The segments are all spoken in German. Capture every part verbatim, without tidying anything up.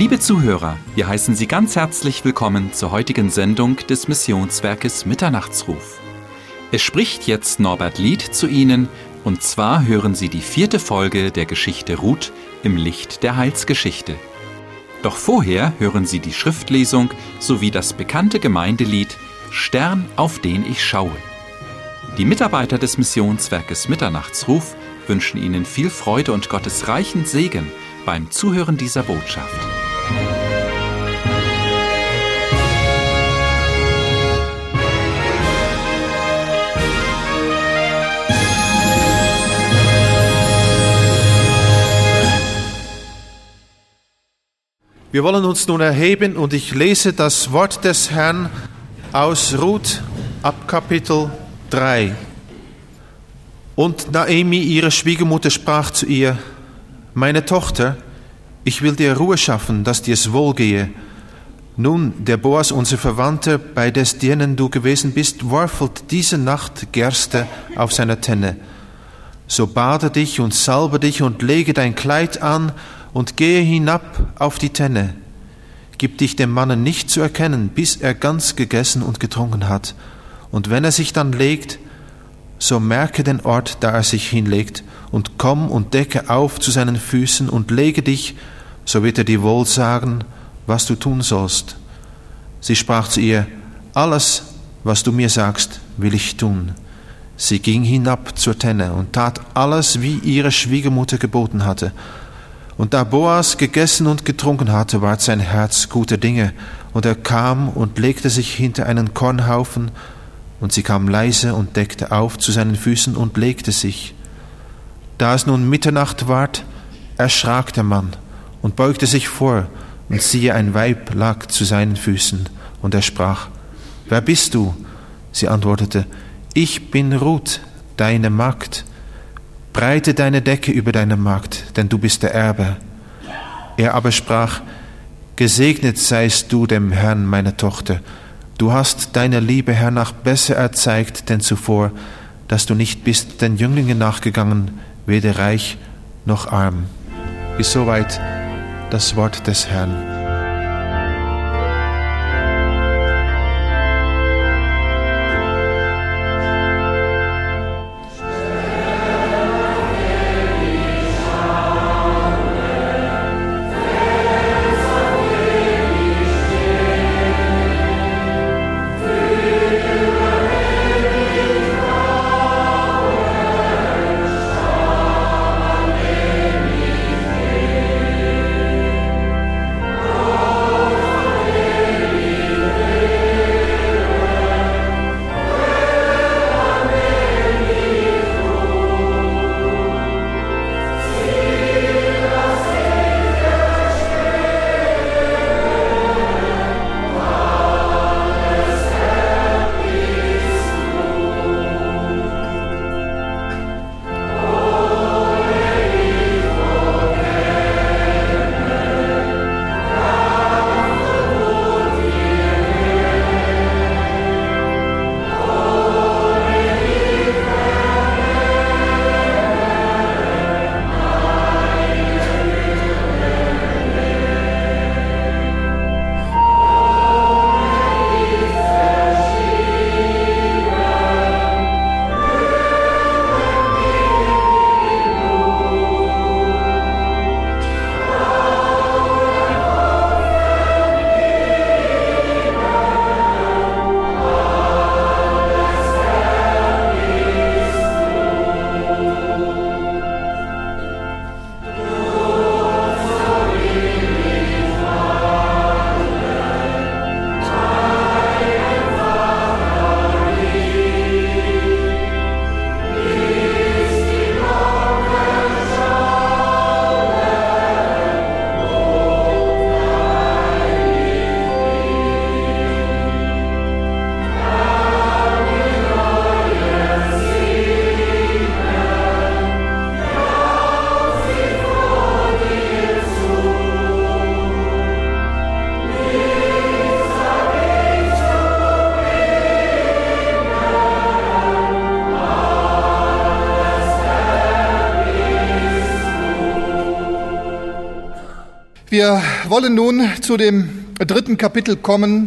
Liebe Zuhörer, wir heißen Sie ganz herzlich willkommen zur heutigen Sendung des Missionswerkes Mitternachtsruf. Es spricht jetzt Norbert Lied zu Ihnen, und zwar hören Sie die vierte Folge der Geschichte Ruth im Licht der Heilsgeschichte. Doch vorher hören Sie die Schriftlesung sowie das bekannte Gemeindelied Stern, auf den ich schaue. Die Mitarbeiter des Missionswerkes Mitternachtsruf wünschen Ihnen viel Freude und Gottes reichen Segen beim Zuhören dieser Botschaft. Wir wollen uns nun erheben und ich lese das Wort des Herrn aus Ruth ab Kapitel drei. Und Naomi, ihre Schwiegermutter, sprach zu ihr: Meine Tochter, ich will dir Ruhe schaffen, dass dir's wohlgehe. Nun, der Boas, unser Verwandter, bei des denen du gewesen bist, worfelt diese Nacht Gerste auf seiner Tenne. So bade dich und salbe dich und lege dein Kleid an und gehe hinab auf die Tenne. Gib dich dem Manne nicht zu erkennen, bis er ganz gegessen und getrunken hat. Und wenn er sich dann legt, so merke den Ort, da er sich hinlegt, und komm und decke auf zu seinen Füßen und lege dich, so wird er dir wohl sagen, was du tun sollst. Sie sprach zu ihr: Alles, was du mir sagst, will ich tun. Sie ging hinab zur Tenne und tat alles, wie ihre Schwiegermutter geboten hatte. Und da Boas gegessen und getrunken hatte, ward sein Herz guter Dinge, und er kam und legte sich hinter einen Kornhaufen, und sie kam leise und deckte auf zu seinen Füßen und legte sich. Da es nun Mitternacht ward, erschrak der Mann und beugte sich vor, und siehe, ein Weib lag zu seinen Füßen, und er sprach: Wer bist du? Sie antwortete: Ich bin Ruth, deine Magd. Breite deine Decke über deine Magd, denn du bist der Erbe. Er aber sprach: Gesegnet seist du dem Herrn, meine Tochter. Du hast deine Liebe hernach besser erzeigt denn zuvor, dass du nicht bist den Jünglingen nachgegangen, weder reich noch arm. Bis soweit das Wort des Herrn. Wir wollen nun zu dem dritten Kapitel kommen.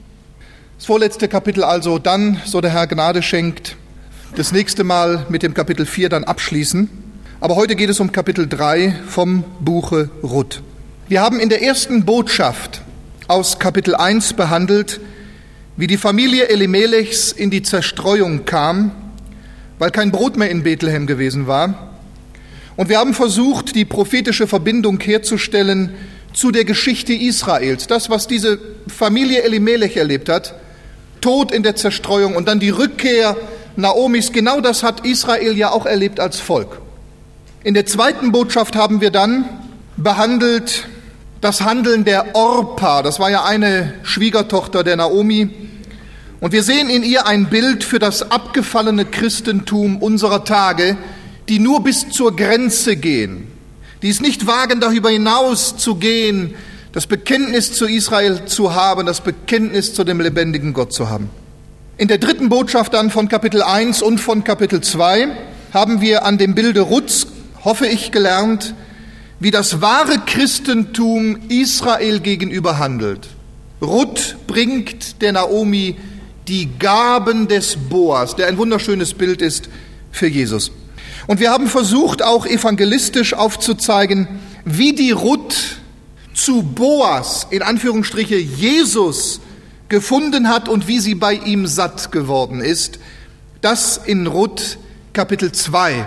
Das vorletzte Kapitel also, dann, so der Herr Gnade schenkt, das nächste Mal mit dem Kapitel vier dann abschließen. Aber heute geht es um Kapitel drei vom Buche Ruth. Wir haben in der ersten Botschaft aus Kapitel eins behandelt, wie die Familie Elimelechs in die Zerstreuung kam, weil kein Brot mehr in Bethlehem gewesen war. Und wir haben versucht, die prophetische Verbindung herzustellen zu der Geschichte Israels. Das, was diese Familie Elimelech erlebt hat, Tod in der Zerstreuung und dann die Rückkehr Naomis, genau das hat Israel ja auch erlebt als Volk. In der zweiten Botschaft haben wir dann behandelt das Handeln der Orpa. Das war ja eine Schwiegertochter der Naomi. Und wir sehen in ihr ein Bild für das abgefallene Christentum unserer Tage, die nur bis zur Grenze gehen, die es nicht wagen, darüber hinaus zu gehen, das Bekenntnis zu Israel zu haben, das Bekenntnis zu dem lebendigen Gott zu haben. In der dritten Botschaft dann von Kapitel eins und von Kapitel zwei haben wir an dem Bilde Ruths, hoffe ich, gelernt, wie das wahre Christentum Israel gegenüber handelt. Ruth bringt der Naomi die Gaben des Boas, der ein wunderschönes Bild ist für Jesus. Und wir haben versucht, auch evangelistisch aufzuzeigen, wie die Ruth zu Boas, in Anführungsstriche Jesus, gefunden hat und wie sie bei ihm satt geworden ist. Das in Ruth Kapitel zwei.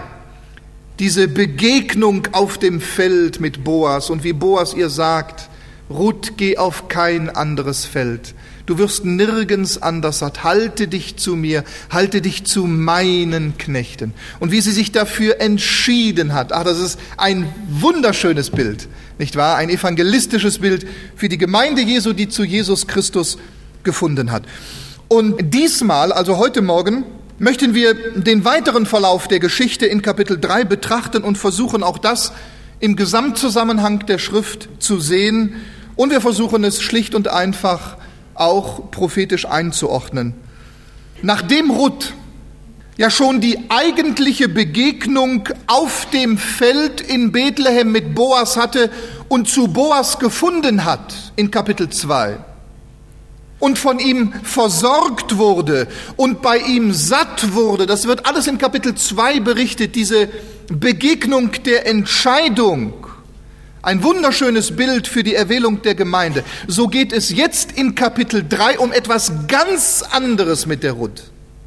Diese Begegnung auf dem Feld mit Boas und wie Boas ihr sagt, Ruth, geh auf kein anderes Feld. Du wirst nirgends anders satt. Halte dich zu mir, halte dich zu meinen Knechten. Und wie sie sich dafür entschieden hat. Ach, das ist ein wunderschönes Bild, nicht wahr? Ein evangelistisches Bild für die Gemeinde Jesu, die zu Jesus Christus gefunden hat. Und diesmal, also heute Morgen, möchten wir den weiteren Verlauf der Geschichte in Kapitel drei betrachten und versuchen auch das im Gesamtzusammenhang der Schrift zu sehen. Und wir versuchen es schlicht und einfach auch prophetisch einzuordnen. Nachdem Ruth ja schon die eigentliche Begegnung auf dem Feld in Bethlehem mit Boas hatte und zu Boas gefunden hat in Kapitel zwei und von ihm versorgt wurde und bei ihm satt wurde, das wird alles in Kapitel zwei berichtet, diese Begegnung der Entscheidung. Ein wunderschönes Bild für die Erwählung der Gemeinde. So geht es jetzt in Kapitel drei um etwas ganz anderes mit der Ruth.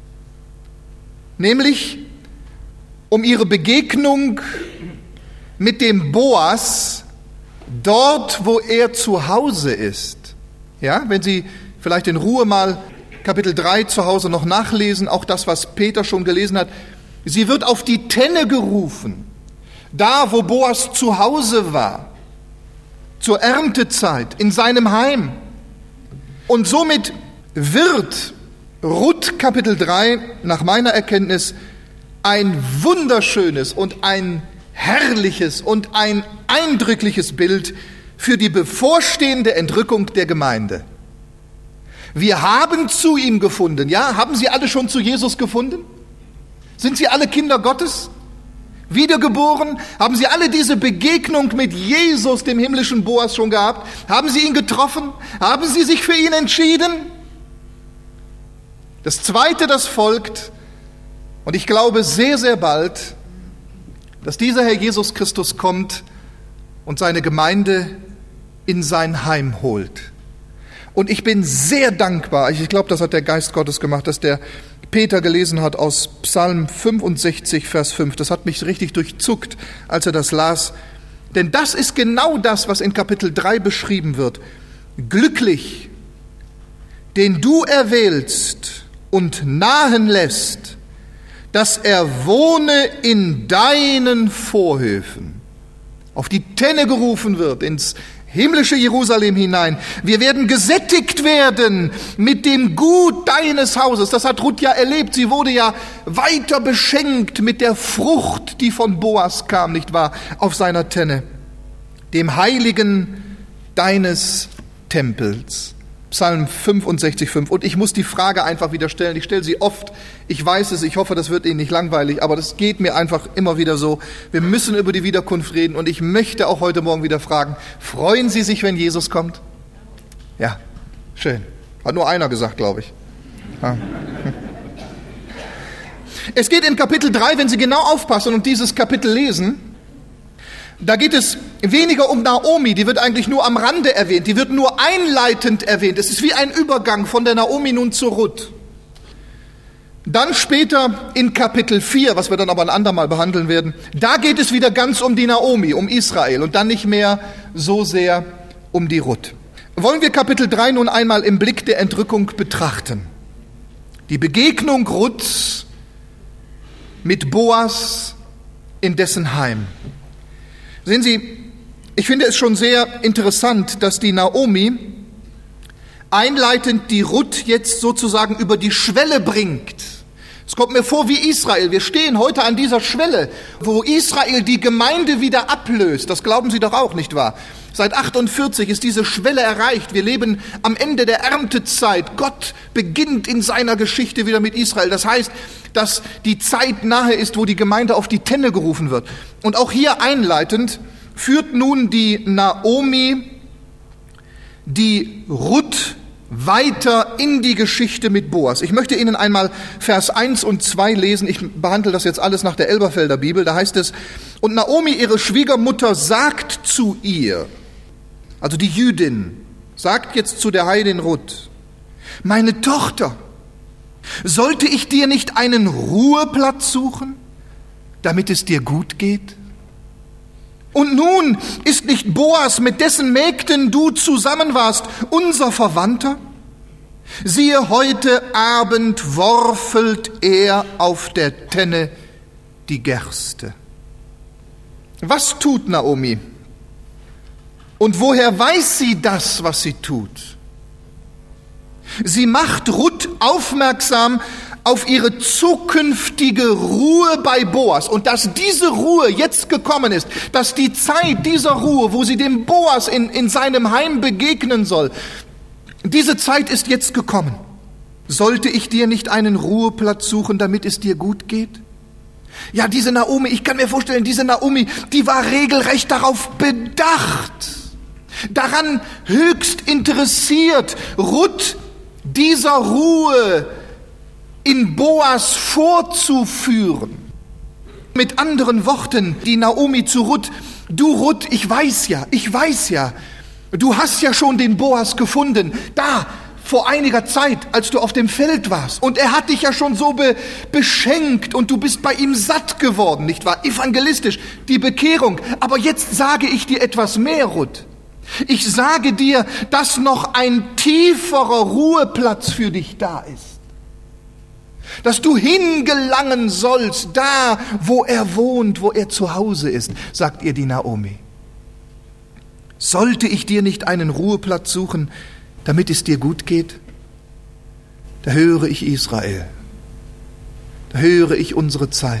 Nämlich um ihre Begegnung mit dem Boas dort, wo er zu Hause ist. Ja, wenn Sie vielleicht in Ruhe mal Kapitel drei zu Hause noch nachlesen, auch das, was Peter schon gelesen hat. Sie wird auf die Tenne gerufen. Da, wo Boas zu Hause war, zur Erntezeit, in seinem Heim. Und somit wird Ruth Kapitel drei nach meiner Erkenntnis ein wunderschönes und ein herrliches und ein eindrückliches Bild für die bevorstehende Entrückung der Gemeinde. Wir haben zu ihm gefunden, ja? Haben Sie alle schon zu Jesus gefunden? Sind Sie alle Kinder Gottes? Wiedergeboren? Haben Sie alle diese Begegnung mit Jesus, dem himmlischen Boas, schon gehabt? Haben Sie ihn getroffen? Haben Sie sich für ihn entschieden? Das Zweite, das folgt, und ich glaube sehr, sehr bald, dass dieser Herr Jesus Christus kommt und seine Gemeinde in sein Heim holt. Und ich bin sehr dankbar, ich glaube, das hat der Geist Gottes gemacht, dass der Peter gelesen hat aus Psalm fünfundsechzig, Vers fünf. Das hat mich richtig durchzuckt, als er das las. Denn das ist genau das, was in Kapitel drei beschrieben wird. Glücklich, den du erwählst und nahen lässt, dass er wohne in deinen Vorhöfen. Auf die Tenne gerufen wird, ins himmlische Jerusalem hinein. Wir werden gesättigt werden mit dem Gut deines Hauses. Das hat Ruth ja erlebt. Sie wurde ja weiter beschenkt mit der Frucht, die von Boas kam, nicht wahr, auf seiner Tenne. Dem Heiligen deines Tempels. Psalm fünfundsechzig, fünf. Und ich muss die Frage einfach wieder stellen. Ich stelle sie oft. Ich weiß es, ich hoffe, das wird Ihnen nicht langweilig, aber das geht mir einfach immer wieder so. Wir müssen über die Wiederkunft reden und ich möchte auch heute Morgen wieder fragen, freuen Sie sich, wenn Jesus kommt? Ja, schön. Hat nur einer gesagt, glaube ich. Ja. Es geht in Kapitel drei, wenn Sie genau aufpassen und dieses Kapitel lesen, da geht es weniger um Naomi, die wird eigentlich nur am Rande erwähnt, die wird nur einleitend erwähnt. Es ist wie ein Übergang von der Naomi nun zur Ruth. Dann später in Kapitel vier, was wir dann aber ein andermal behandeln werden, da geht es wieder ganz um die Naomi, um Israel und dann nicht mehr so sehr um die Ruth. Wollen wir Kapitel drei nun einmal im Blick der Entrückung betrachten. Die Begegnung Ruths mit Boas in dessen Heim. Sehen Sie, ich finde es schon sehr interessant, dass die Naomi einleitend die Ruth jetzt sozusagen über die Schwelle bringt. Es kommt mir vor wie Israel. Wir stehen heute an dieser Schwelle, wo Israel die Gemeinde wieder ablöst. Das glauben Sie doch auch, nicht wahr? Seit achtundvierzig ist diese Schwelle erreicht. Wir leben am Ende der Erntezeit. Gott beginnt in seiner Geschichte wieder mit Israel. Das heißt, dass die Zeit nahe ist, wo die Gemeinde auf die Tenne gerufen wird. Und auch hier einleitend führt nun die Naomi die Ruth weiter in die Geschichte mit Boas. Ich möchte Ihnen einmal Vers eins und zwei lesen. Ich behandle das jetzt alles nach der Elberfelder Bibel. Da heißt es, und Naomi, ihre Schwiegermutter, sagt zu ihr, also die Jüdin, sagt jetzt zu der Heidin Ruth, meine Tochter, sollte ich dir nicht einen Ruheplatz suchen, damit es dir gut geht? Und nun ist nicht Boas, mit dessen Mägden du zusammen warst, unser Verwandter? Siehe, heute Abend worfelt er auf der Tenne die Gerste. Was tut Naomi? Und woher weiß sie das, was sie tut? Sie macht Ruth aufmerksam auf ihre zukünftige Ruhe bei Boas und dass diese Ruhe jetzt gekommen ist, dass die Zeit dieser Ruhe, wo sie dem Boas in, in seinem Heim begegnen soll, diese Zeit ist jetzt gekommen. Sollte ich dir nicht einen Ruheplatz suchen, damit es dir gut geht? Ja, diese Naomi, ich kann mir vorstellen, diese Naomi, die war regelrecht darauf bedacht, daran höchst interessiert, Ruth dieser Ruhe in Boas vorzuführen. Mit anderen Worten, die Naomi zu Ruth, du Ruth, ich weiß ja, ich weiß ja, du hast ja schon den Boas gefunden, da vor einiger Zeit, als du auf dem Feld warst. Und er hat dich ja schon so be- beschenkt und du bist bei ihm satt geworden, nicht wahr? Evangelistisch, die Bekehrung. Aber jetzt sage ich dir etwas mehr, Ruth. Ich sage dir, dass noch ein tieferer Ruheplatz für dich da ist. Dass du hingelangen sollst, da, wo er wohnt, wo er zu Hause ist, sagt ihr die Naomi. Sollte ich dir nicht einen Ruheplatz suchen, damit es dir gut geht? Da höre ich Israel. Da höre ich unsere Zeit.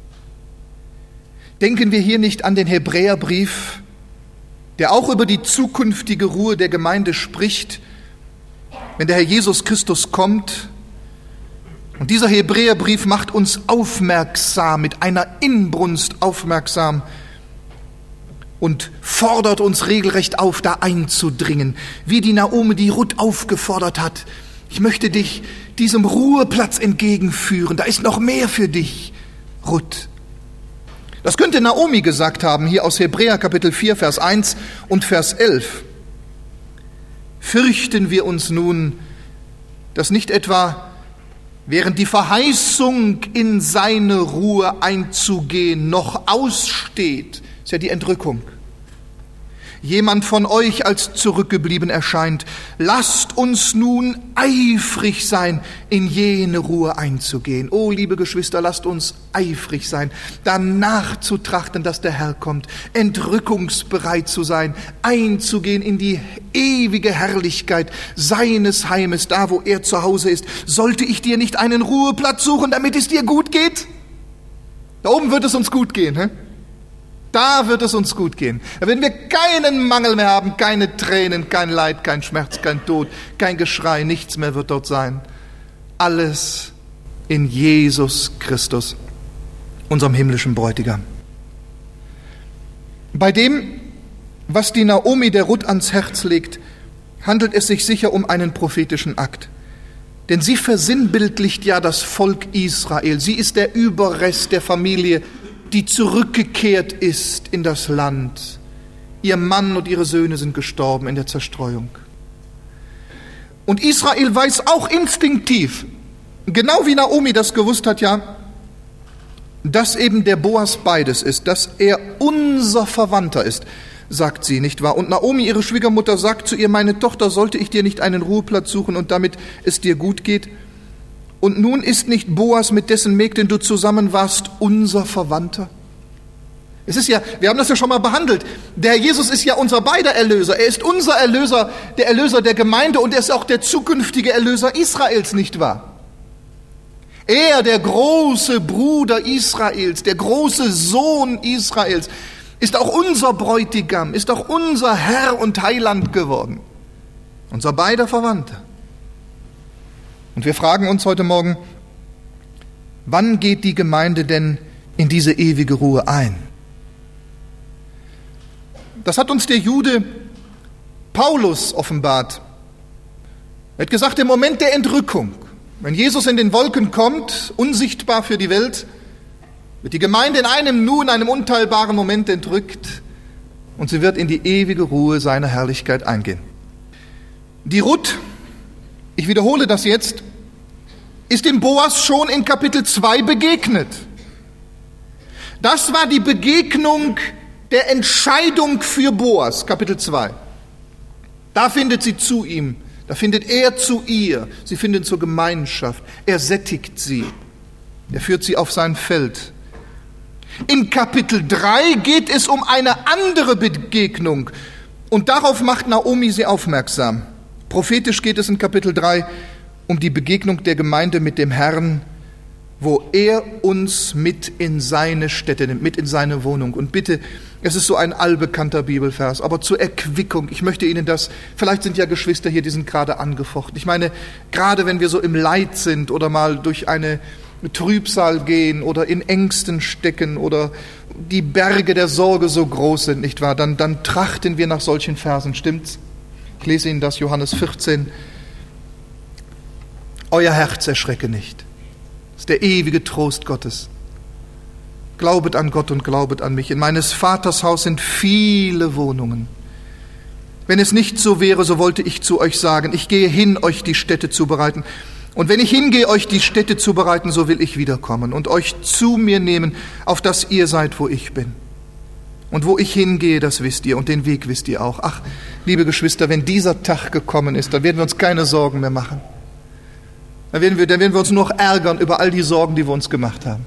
Denken wir hier nicht an den Hebräerbrief, der auch über die zukünftige Ruhe der Gemeinde spricht, wenn der Herr Jesus Christus kommt. Und dieser Hebräerbrief macht uns aufmerksam, mit einer Inbrunst aufmerksam und fordert uns regelrecht auf, da einzudringen, wie die Naomi die Ruth aufgefordert hat. Ich möchte dich diesem Ruheplatz entgegenführen, da ist noch mehr für dich, Ruth. Das könnte Naomi gesagt haben, hier aus Hebräer Kapitel vier, Vers eins und Vers elf. Fürchten wir uns nun, dass nicht etwa während die Verheißung in seine Ruhe einzugehen noch aussteht, ist ja die Entrückung, jemand von euch als zurückgeblieben erscheint, lasst uns nun eifrig sein, in jene Ruhe einzugehen. Oh, liebe Geschwister, lasst uns eifrig sein, danach zu trachten, dass der Herr kommt, entrückungsbereit zu sein, einzugehen in die ewige Herrlichkeit seines Heimes, da wo er zu Hause ist. Sollte ich dir nicht einen Ruheplatz suchen, damit es dir gut geht? Da oben wird es uns gut gehen, hä? Da wird es uns gut gehen. Da werden wir keinen Mangel mehr haben, keine Tränen, kein Leid, kein Schmerz, kein Tod, kein Geschrei, nichts mehr wird dort sein. Alles in Jesus Christus, unserem himmlischen Bräutigam. Bei dem, was die Naomi der Ruth ans Herz legt, handelt es sich sicher um einen prophetischen Akt. Denn sie versinnbildlicht ja das Volk Israel. Sie ist der Überrest der Familie, die zurückgekehrt ist in das Land. Ihr Mann und ihre Söhne sind gestorben in der Zerstreuung. Und Israel weiß auch instinktiv, genau wie Naomi das gewusst hat, ja, dass eben der Boas beides ist, dass er unser Verwandter ist, sagt sie, nicht wahr? Und Naomi, ihre Schwiegermutter, sagt zu ihr, meine Tochter, sollte ich dir nicht einen Ruheplatz suchen und damit es dir gut geht? Und nun ist nicht Boas, mit dessen Mägden du zusammen warst, unser Verwandter? Es ist ja, wir haben das ja schon mal behandelt, der Jesus ist ja unser beider Erlöser. Er ist unser Erlöser, der Erlöser der Gemeinde und er ist auch der zukünftige Erlöser Israels, nicht wahr? Er, der große Bruder Israels, der große Sohn Israels, ist auch unser Bräutigam, ist auch unser Herr und Heiland geworden. Unser beider Verwandter. Und wir fragen uns heute Morgen, wann geht die Gemeinde denn in diese ewige Ruhe ein? Das hat uns der Jude Paulus offenbart. Er hat gesagt, im Moment der Entrückung, wenn Jesus in den Wolken kommt, unsichtbar für die Welt, wird die Gemeinde in einem Nu, in einem unteilbaren Moment entrückt und sie wird in die ewige Ruhe seiner Herrlichkeit eingehen. Die Ruth, ich wiederhole das jetzt, ist dem Boas schon in Kapitel zwei begegnet. Das war die Begegnung der Entscheidung für Boas, Kapitel zwei. Da findet sie zu ihm, da findet er zu ihr, sie finden zur Gemeinschaft, er sättigt sie, er führt sie auf sein Feld. In Kapitel drei geht es um eine andere Begegnung und darauf macht Naomi sie aufmerksam. Prophetisch geht es in Kapitel drei um die Begegnung der Gemeinde mit dem Herrn, wo er uns mit in seine Stätte nimmt, mit in seine Wohnung. Und bitte, es ist so ein allbekannter Bibelvers, aber zur Erquickung, ich möchte Ihnen das, vielleicht sind ja Geschwister hier, die sind gerade angefochten. Ich meine, gerade wenn wir so im Leid sind oder mal durch eine Trübsal gehen oder in Ängsten stecken oder die Berge der Sorge so groß sind, nicht wahr? Dann, dann trachten wir nach solchen Versen, stimmt's? Ich lese Ihnen das, Johannes vierzehn. Euer Herz erschrecke nicht. Das ist der ewige Trost Gottes. Glaubet an Gott und glaubet an mich. In meines Vaters Haus sind viele Wohnungen. Wenn es nicht so wäre, so wollte ich zu euch sagen, ich gehe hin, euch die Stätte zubereiten. Und wenn ich hingehe, euch die Stätte zubereiten, so will ich wiederkommen und euch zu mir nehmen, auf dass ihr seid, wo ich bin. Und wo ich hingehe, das wisst ihr und den Weg wisst ihr auch. Ach, liebe Geschwister, wenn dieser Tag gekommen ist, dann werden wir uns keine Sorgen mehr machen. Dann werden wir, dann werden wir uns nur noch ärgern über all die Sorgen, die wir uns gemacht haben.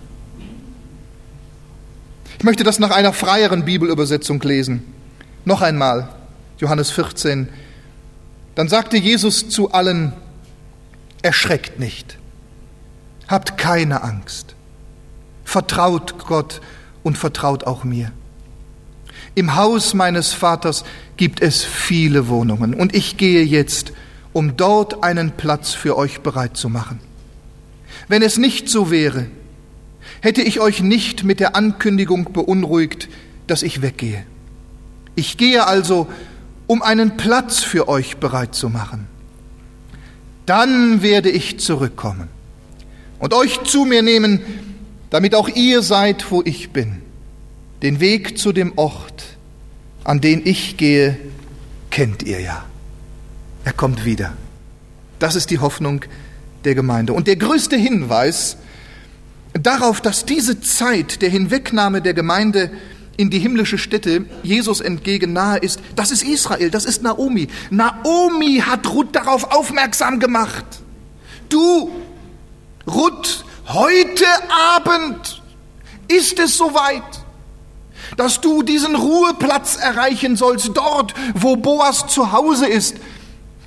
Ich möchte das nach einer freieren Bibelübersetzung lesen. Noch einmal, Johannes vierzehn. Dann sagte Jesus zu allen, erschreckt nicht, habt keine Angst, vertraut Gott und vertraut auch mir. Im Haus meines Vaters gibt es viele Wohnungen und ich gehe jetzt, um dort einen Platz für euch bereit zu machen. Wenn es nicht so wäre, hätte ich euch nicht mit der Ankündigung beunruhigt, dass ich weggehe. Ich gehe also, um einen Platz für euch bereit zu machen. Dann werde ich zurückkommen und euch zu mir nehmen, damit auch ihr seid, wo ich bin. Den Weg zu dem Ort, an den ich gehe, kennt ihr ja. Er kommt wieder. Das ist die Hoffnung der Gemeinde. Und der größte Hinweis darauf, dass diese Zeit der Hinwegnahme der Gemeinde in die himmlische Stätte Jesus entgegen nahe ist, das ist Israel, das ist Naomi. Naomi hat Ruth darauf aufmerksam gemacht. Du, Ruth, heute Abend ist es soweit, dass du diesen Ruheplatz erreichen sollst, dort, wo Boas zu Hause ist.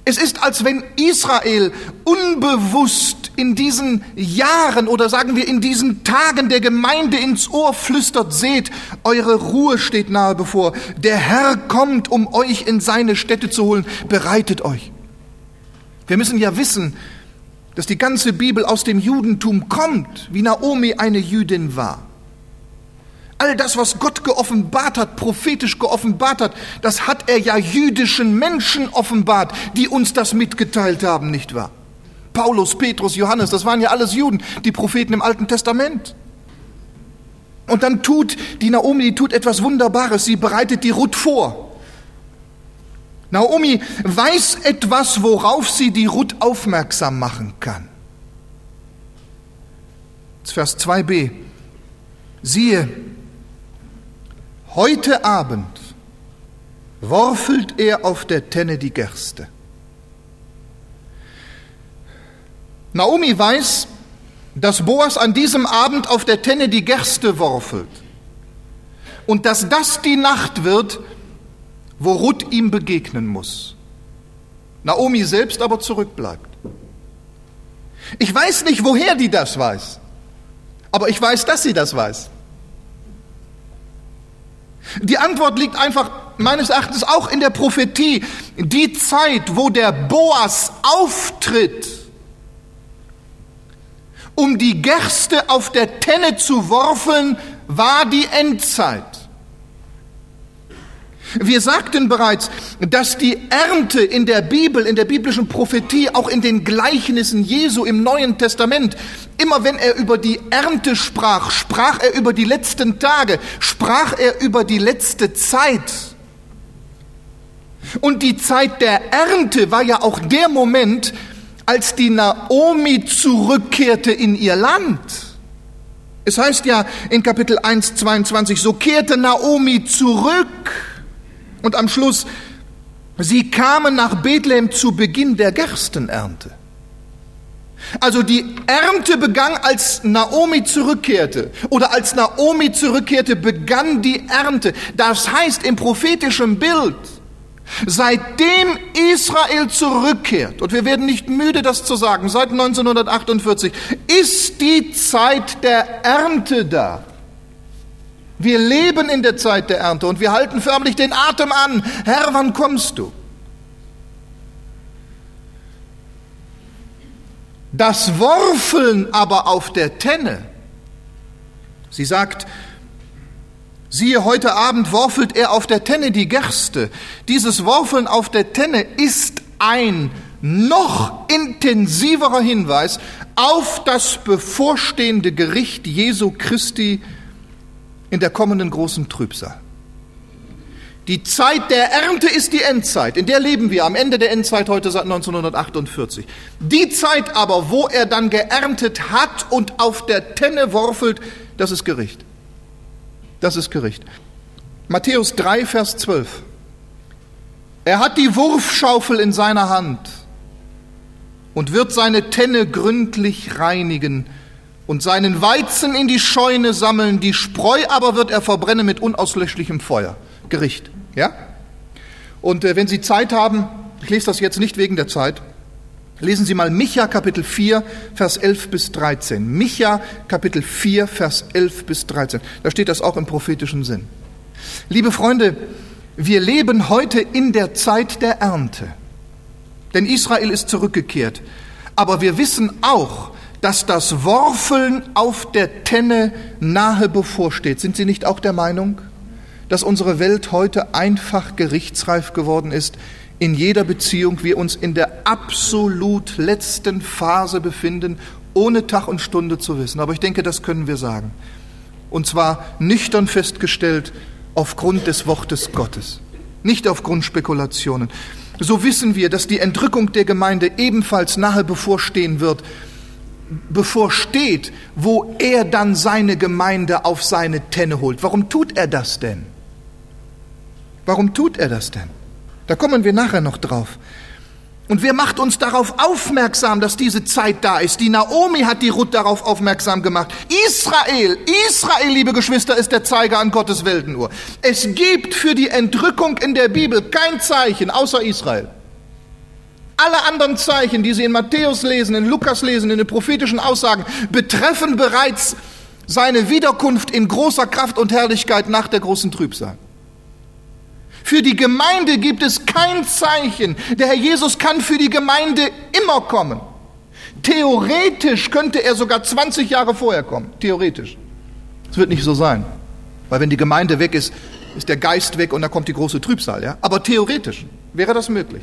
Es ist, als wenn Israel unbewusst in diesen Jahren oder sagen wir in diesen Tagen der Gemeinde ins Ohr flüstert, seht, eure Ruhe steht nahe bevor. Der Herr kommt, um euch in seine Städte zu holen. Bereitet euch. Wir müssen ja wissen, dass die ganze Bibel aus dem Judentum kommt, wie Naomi eine Jüdin war. All das, was Gott geoffenbart hat, prophetisch geoffenbart hat, das hat er ja jüdischen Menschen offenbart, die uns das mitgeteilt haben, nicht wahr? Paulus, Petrus, Johannes, das waren ja alles Juden, die Propheten im Alten Testament. Und dann tut die Naomi, die tut etwas Wunderbares, sie bereitet die Ruth vor. Naomi weiß etwas, worauf sie die Ruth aufmerksam machen kann. Vers zwei b. Siehe, heute Abend worfelt er auf der Tenne die Gerste. Naomi weiß, dass Boas an diesem Abend auf der Tenne die Gerste worfelt und dass das die Nacht wird, wo Ruth ihm begegnen muss. Naomi selbst aber zurückbleibt. Ich weiß nicht, woher die das weiß, aber ich weiß, dass sie das weiß. Die Antwort liegt einfach meines Erachtens auch in der Prophetie. Die Zeit, wo der Boas auftritt, um die Gerste auf der Tenne zu worfeln, war die Endzeit. Wir sagten bereits, dass die Ernte in der Bibel, in der biblischen Prophetie, auch in den Gleichnissen Jesu im Neuen Testament, immer wenn er über die Ernte sprach, sprach er über die letzten Tage, sprach er über die letzte Zeit. Und die Zeit der Ernte war ja auch der Moment, als die Naomi zurückkehrte in ihr Land. Es heißt ja in Kapitel eins, zweiundzwanzig, so kehrte Naomi zurück. Und am Schluss, sie kamen nach Bethlehem zu Beginn der Gerstenernte. Also die Ernte begann, als Naomi zurückkehrte. Oder als Naomi zurückkehrte, begann die Ernte. Das heißt im prophetischen Bild, seitdem Israel zurückkehrt, und wir werden nicht müde, das zu sagen, seit neunzehnhundertachtundvierzig, ist die Zeit der Ernte da. Wir leben in der Zeit der Ernte und wir halten förmlich den Atem an. Herr, wann kommst du? Das Worfeln aber auf der Tenne, sie sagt, siehe, heute Abend worfelt er auf der Tenne die Gerste. Dieses Worfeln auf der Tenne ist ein noch intensiverer Hinweis auf das bevorstehende Gericht Jesu Christi in der kommenden großen Trübsal. Die Zeit der Ernte ist die Endzeit, in der leben wir am Ende der Endzeit heute seit neunzehnhundertachtundvierzig. Die Zeit aber, wo er dann geerntet hat und auf der Tenne worfelt, das ist Gericht. Das ist Gericht. Matthäus drei, Vers zwölf. Er hat die Wurfschaufel in seiner Hand und wird seine Tenne gründlich reinigen und seinen Weizen in die Scheune sammeln, die Spreu aber wird er verbrennen mit unauslöschlichem Feuer. Gericht, ja? Und äh, wenn Sie Zeit haben, ich lese das jetzt nicht wegen der Zeit, lesen Sie mal Micha Kapitel vier, Vers elf bis dreizehn. Micha Kapitel vier, Vers elf bis dreizehn. Da steht das auch im prophetischen Sinn. Liebe Freunde, wir leben heute in der Zeit der Ernte. Denn Israel ist zurückgekehrt. Aber wir wissen auch, dass das Worfeln auf der Tenne nahe bevorsteht. Sind Sie nicht auch der Meinung, dass unsere Welt heute einfach gerichtsreif geworden ist? In jeder Beziehung wir uns in der absolut letzten Phase befinden, ohne Tag und Stunde zu wissen. Aber ich denke, das können wir sagen. Und zwar nüchtern festgestellt aufgrund des Wortes Gottes, nicht aufgrund Spekulationen. So wissen wir, dass die Entrückung der Gemeinde ebenfalls nahe bevorstehen wird, bevorsteht, wo er dann seine Gemeinde auf seine Tenne holt. Warum tut er das denn? Warum tut er das denn? Da kommen wir nachher noch drauf. Und wer macht uns darauf aufmerksam, dass diese Zeit da ist? Die Naomi hat die Ruth darauf aufmerksam gemacht. Israel, Israel, liebe Geschwister, ist der Zeiger an Gottes Weltenuhr. Es gibt für die Entrückung in der Bibel kein Zeichen außer Israel. Alle anderen Zeichen, die Sie in Matthäus lesen, in Lukas lesen, in den prophetischen Aussagen, betreffen bereits seine Wiederkunft in großer Kraft und Herrlichkeit nach der großen Trübsal. Für die Gemeinde gibt es kein Zeichen. Der Herr Jesus kann für die Gemeinde immer kommen. Theoretisch könnte er sogar zwanzig Jahre vorher kommen. Theoretisch. Es wird nicht so sein. Weil wenn die Gemeinde weg ist, ist der Geist weg und dann kommt die große Trübsal. Ja? Aber theoretisch wäre das möglich.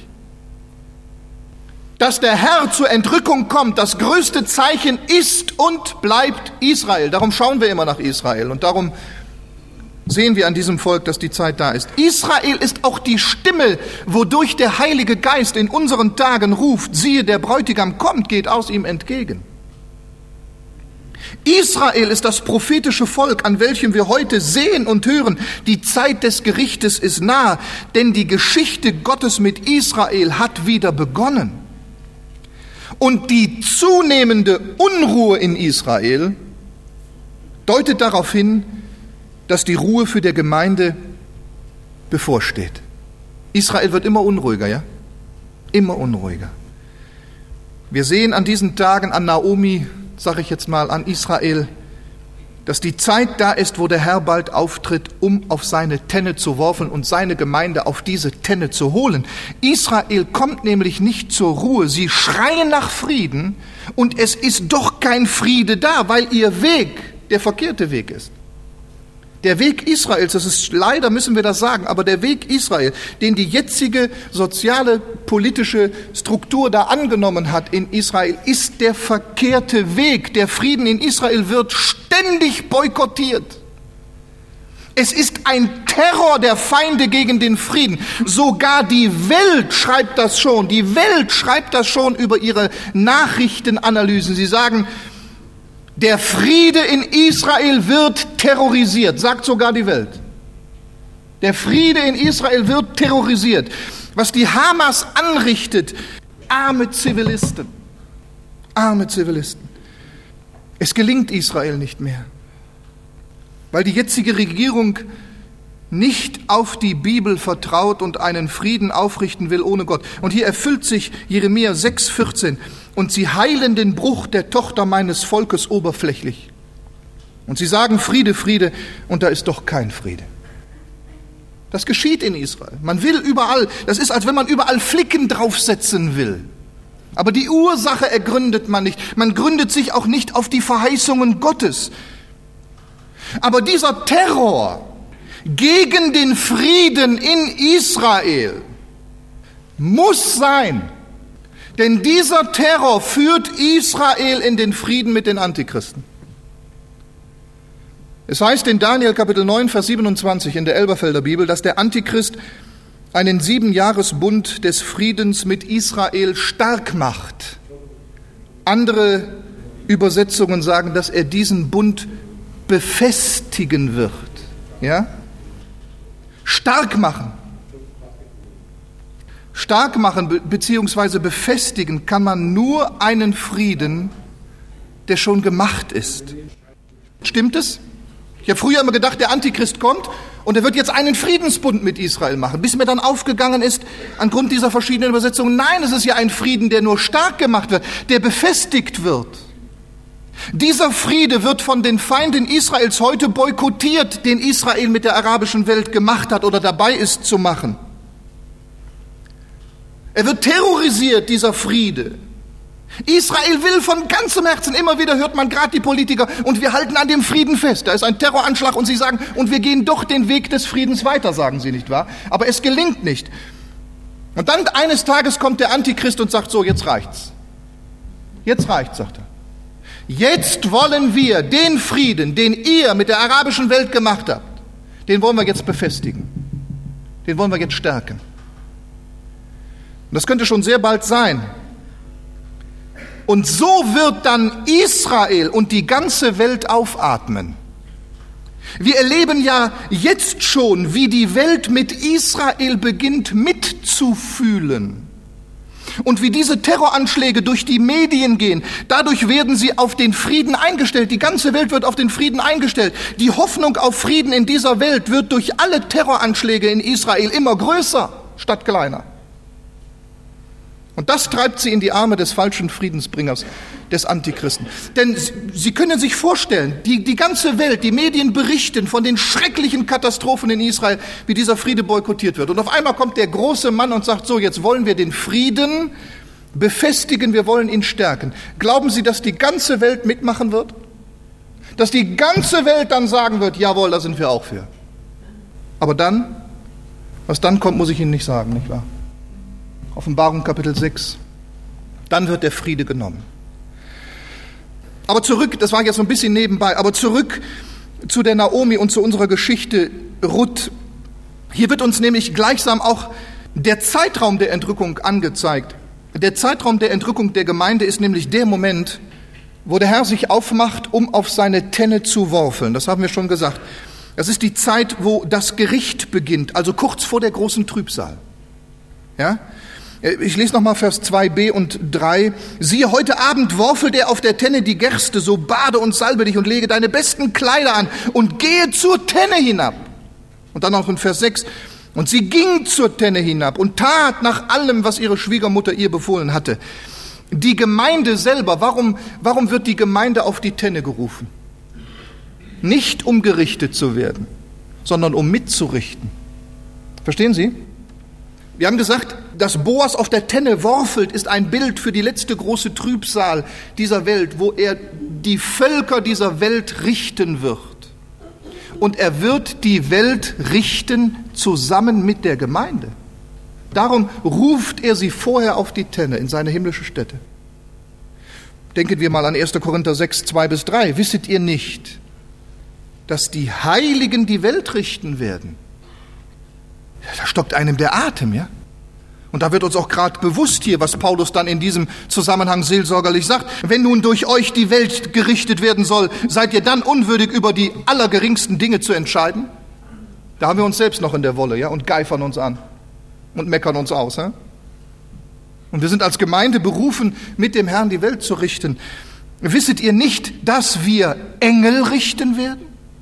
Dass der Herr zur Entrückung kommt, das größte Zeichen ist und bleibt Israel. Darum schauen wir immer nach Israel und darum sehen wir an diesem Volk, dass die Zeit da ist. Israel ist auch die Stimme, wodurch der Heilige Geist in unseren Tagen ruft, siehe, der Bräutigam kommt, geht aus ihm entgegen. Israel ist das prophetische Volk, an welchem wir heute sehen und hören, die Zeit des Gerichtes ist nah, denn die Geschichte Gottes mit Israel hat wieder begonnen. Und die zunehmende Unruhe in Israel deutet darauf hin, dass die Ruhe für die Gemeinde bevorsteht. Israel wird immer unruhiger, ja? Immer unruhiger. Wir sehen an diesen Tagen an Naomi, sage ich jetzt mal, an Israel, dass die Zeit da ist, wo der Herr bald auftritt, um auf seine Tenne zu werfen und seine Gemeinde auf diese Tenne zu holen. Israel kommt nämlich nicht zur Ruhe. Sie schreien nach Frieden und es ist doch kein Friede da, weil ihr Weg der verkehrte Weg ist. Der Weg Israels, das ist leider, müssen wir das sagen, aber der Weg Israel, den die jetzige soziale, politische Struktur da angenommen hat in Israel, ist der verkehrte Weg. Der Frieden in Israel wird ständig boykottiert. Es ist ein Terror der Feinde gegen den Frieden. Sogar die Welt schreibt das schon. Die Welt schreibt das schon über ihre Nachrichtenanalysen. Sie sagen, der Friede in Israel wird terrorisiert, sagt sogar die Welt. Der Friede in Israel wird terrorisiert. Was die Hamas anrichtet, arme Zivilisten, arme Zivilisten. Es gelingt Israel nicht mehr, weil die jetzige Regierung nicht auf die Bibel vertraut und einen Frieden aufrichten will ohne Gott. Und hier erfüllt sich Jeremia sechs vierzehn. Und sie heilen den Bruch der Tochter meines Volkes oberflächlich. Und sie sagen Friede, Friede, und da ist doch kein Friede. Das geschieht in Israel. Man will überall, das ist, als wenn man überall Flicken draufsetzen will. Aber die Ursache ergründet man nicht. Man gründet sich auch nicht auf die Verheißungen Gottes. Aber dieser Terror gegen den Frieden in Israel muss sein. Denn dieser Terror führt Israel in den Frieden mit den Antichristen. Es heißt in Daniel Kapitel neun, Vers siebenundzwanzig in der Elberfelder Bibel, dass der Antichrist einen Siebenjahresbund des Friedens mit Israel stark macht. Andere Übersetzungen sagen, dass er diesen Bund befestigen wird. Ja? Stark machen. Stark machen bzw. befestigen kann man nur einen Frieden, der schon gemacht ist. Stimmt es? Ich habe früher immer gedacht, der Antichrist kommt und er wird jetzt einen Friedensbund mit Israel machen, bis mir dann aufgegangen ist, angrund dieser verschiedenen Übersetzungen, nein, es ist ja ein Frieden, der nur stark gemacht wird, der befestigt wird. Dieser Friede wird von den Feinden Israels heute boykottiert, den Israel mit der arabischen Welt gemacht hat oder dabei ist zu machen. Er wird terrorisiert, dieser Friede. Israel will von ganzem Herzen, immer wieder hört man gerade die Politiker, und wir halten an dem Frieden fest. Da ist ein Terroranschlag und sie sagen, und wir gehen doch den Weg des Friedens weiter, sagen sie, nicht wahr? Aber es gelingt nicht. Und dann eines Tages kommt der Antichrist und sagt, so, jetzt reicht's. Jetzt reicht's, sagt er. Jetzt wollen wir den Frieden, den ihr mit der arabischen Welt gemacht habt, den wollen wir jetzt befestigen. Den wollen wir jetzt stärken. Und das könnte schon sehr bald sein. Und so wird dann Israel und die ganze Welt aufatmen. Wir erleben ja jetzt schon, wie die Welt mit Israel beginnt mitzufühlen. Und wie diese Terroranschläge durch die Medien gehen, dadurch werden sie auf den Frieden eingestellt. Die ganze Welt wird auf den Frieden eingestellt. Die Hoffnung auf Frieden in dieser Welt wird durch alle Terroranschläge in Israel immer größer statt kleiner. Und das treibt sie in die Arme des falschen Friedensbringers, des Antichristen. Denn Sie können sich vorstellen, die, die ganze Welt, die Medien berichten von den schrecklichen Katastrophen in Israel, wie dieser Friede boykottiert wird. Und auf einmal kommt der große Mann und sagt, so, jetzt wollen wir den Frieden befestigen, wir wollen ihn stärken. Glauben Sie, dass die ganze Welt mitmachen wird? Dass die ganze Welt dann sagen wird, jawohl, da sind wir auch für. Aber dann, was dann kommt, muss ich Ihnen nicht sagen, nicht wahr? Offenbarung Kapitel sechs. Dann wird der Friede genommen. Aber zurück, das war jetzt so ein bisschen nebenbei, aber zurück zu der Naomi und zu unserer Geschichte Ruth. Hier wird uns nämlich gleichsam auch der Zeitraum der Entrückung angezeigt. Der Zeitraum der Entrückung der Gemeinde ist nämlich der Moment, wo der Herr sich aufmacht, um auf seine Tenne zu worfeln. Das haben wir schon gesagt. Das ist die Zeit, wo das Gericht beginnt, also kurz vor der großen Trübsal. Ja? Ich lese nochmal Vers zwei b und drei. Siehe, heute Abend worfelt er auf der Tenne die Gerste, so bade und salbe dich und lege deine besten Kleider an und gehe zur Tenne hinab. Und dann noch in Vers sechs. Und sie ging zur Tenne hinab und tat nach allem, was ihre Schwiegermutter ihr befohlen hatte. Die Gemeinde selber, warum, warum wird die Gemeinde auf die Tenne gerufen? Nicht um gerichtet zu werden, sondern um mitzurichten. Verstehen Sie? Wir haben gesagt, dass Boas auf der Tenne worfelt, ist ein Bild für die letzte große Trübsal dieser Welt, wo er die Völker dieser Welt richten wird. Und er wird die Welt richten zusammen mit der Gemeinde. Darum ruft er sie vorher auf die Tenne in seine himmlische Stätte. Denken wir mal an erster Korinther sechs, zwei bis drei. Wisset ihr nicht, dass die Heiligen die Welt richten werden? Da stockt einem der Atem, ja? Und da wird uns auch gerade bewusst hier, was Paulus dann in diesem Zusammenhang seelsorgerlich sagt. Wenn nun durch euch die Welt gerichtet werden soll, seid ihr dann unwürdig, über die allergeringsten Dinge zu entscheiden? Da haben wir uns selbst noch in der Wolle, ja, und geifern uns an und meckern uns aus, ja? Und wir sind als Gemeinde berufen, mit dem Herrn die Welt zu richten. Wisset ihr nicht, dass wir Engel richten werden?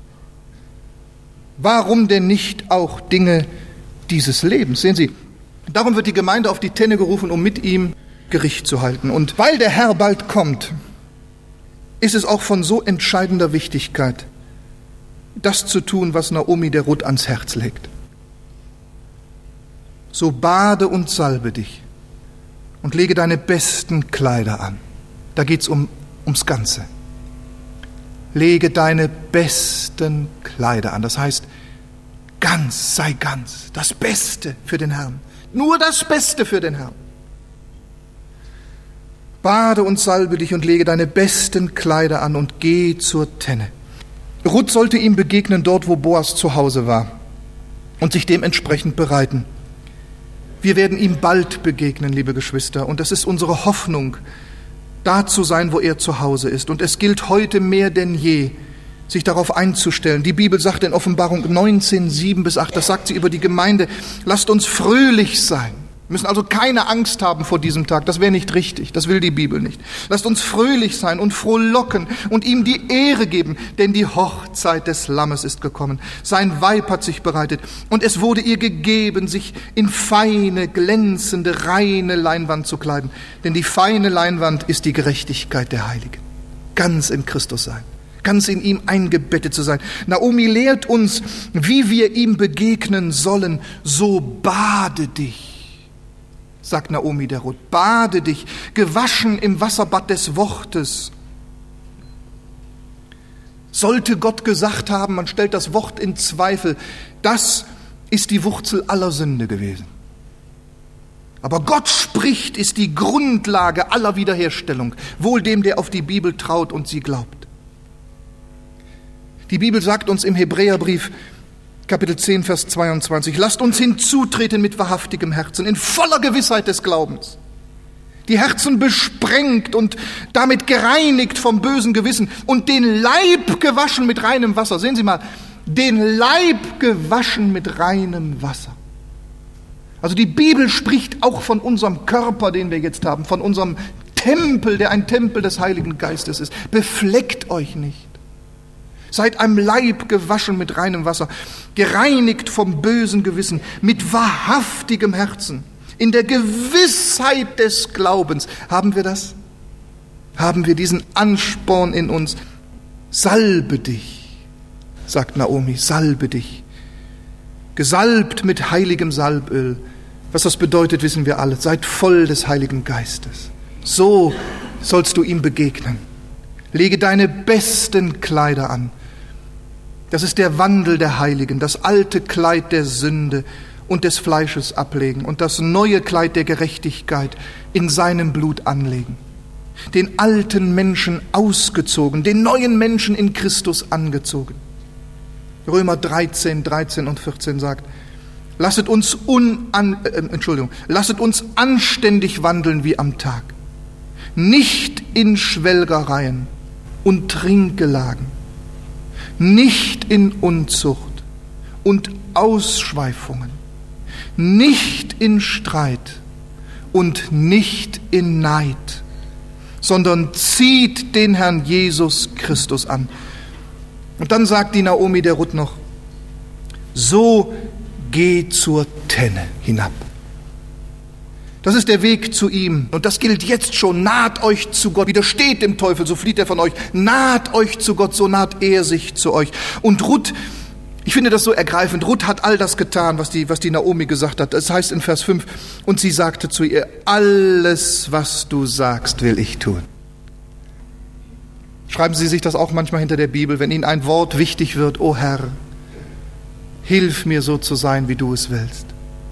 Warum denn nicht auch Dinge dieses Lebens? Sehen Sie, darum wird die Gemeinde auf die Tenne gerufen, um mit ihm Gericht zu halten. Und weil der Herr bald kommt, ist es auch von so entscheidender Wichtigkeit, das zu tun, was Naomi der Ruth ans Herz legt. So bade und salbe dich und lege deine besten Kleider an. Da geht's um, ums Ganze. Lege deine besten Kleider an. Das heißt, ganz, sei ganz, das Beste für den Herrn. Nur das Beste für den Herrn. Bade und salbe dich und lege deine besten Kleider an und geh zur Tenne. Ruth sollte ihm begegnen dort, wo Boas zu Hause war und sich dementsprechend bereiten. Wir werden ihm bald begegnen, liebe Geschwister, und es ist unsere Hoffnung, da zu sein, wo er zu Hause ist. Und es gilt heute mehr denn je, sich darauf einzustellen. Die Bibel sagt in Offenbarung neunzehn, sieben bis acht, das sagt sie über die Gemeinde, lasst uns fröhlich sein. Wir müssen also keine Angst haben vor diesem Tag, das wäre nicht richtig, das will die Bibel nicht. Lasst uns fröhlich sein und frohlocken und ihm die Ehre geben, denn die Hochzeit des Lammes ist gekommen. Sein Weib hat sich bereitet und es wurde ihr gegeben, sich in feine, glänzende, reine Leinwand zu kleiden. Denn die feine Leinwand ist die Gerechtigkeit der Heiligen. Ganz in Christus sein. Ganz in ihm eingebettet zu sein. Naomi lehrt uns, wie wir ihm begegnen sollen. So bade dich, sagt Naomi der Ruth. Bade dich, gewaschen im Wasserbad des Wortes. Sollte Gott gesagt haben, man stellt das Wort in Zweifel, das ist die Wurzel aller Sünde gewesen. Aber Gott spricht, ist die Grundlage aller Wiederherstellung. Wohl dem, der auf die Bibel traut und sie glaubt. Die Bibel sagt uns im Hebräerbrief, Kapitel zehn, Vers zweiundzwanzig, lasst uns hinzutreten mit wahrhaftigem Herzen, in voller Gewissheit des Glaubens. Die Herzen besprengt und damit gereinigt vom bösen Gewissen und den Leib gewaschen mit reinem Wasser. Sehen Sie mal, den Leib gewaschen mit reinem Wasser. Also die Bibel spricht auch von unserem Körper, den wir jetzt haben, von unserem Tempel, der ein Tempel des Heiligen Geistes ist. Befleckt euch nicht. Seid am Leib gewaschen mit reinem Wasser, gereinigt vom bösen Gewissen, mit wahrhaftigem Herzen. In der Gewissheit des Glaubens. Haben wir das? Haben wir diesen Ansporn in uns? Salbe dich, sagt Naomi, salbe dich. Gesalbt mit heiligem Salböl. Was das bedeutet, wissen wir alle. Seid voll des Heiligen Geistes. So sollst du ihm begegnen. Lege deine besten Kleider an. Das ist der Wandel der Heiligen, das alte Kleid der Sünde und des Fleisches ablegen und das neue Kleid der Gerechtigkeit in seinem Blut anlegen. Den alten Menschen ausgezogen, den neuen Menschen in Christus angezogen. Römer dreizehn, dreizehn und vierzehn sagt, lasset uns, unan, äh, Entschuldigung, lasset uns anständig wandeln wie am Tag, nicht in Schwelgereien und Trinkgelagen, nicht in Unzucht und Ausschweifungen, nicht in Streit und nicht in Neid, sondern zieht den Herrn Jesus Christus an. Und dann sagt die Naomi der Ruth noch, so geh zur Tenne hinab. Das ist der Weg zu ihm. Und das gilt jetzt schon. Naht euch zu Gott. Widersteht dem Teufel, so flieht er von euch. Naht euch zu Gott, so naht er sich zu euch. Und Ruth, ich finde das so ergreifend, Ruth hat all das getan, was die, was die Naomi gesagt hat. Das heißt in Vers fünf, und sie sagte zu ihr, alles, was du sagst, will ich tun. Schreiben Sie sich das auch manchmal hinter der Bibel, wenn Ihnen ein Wort wichtig wird, o Herr, hilf mir so zu sein, wie du es willst.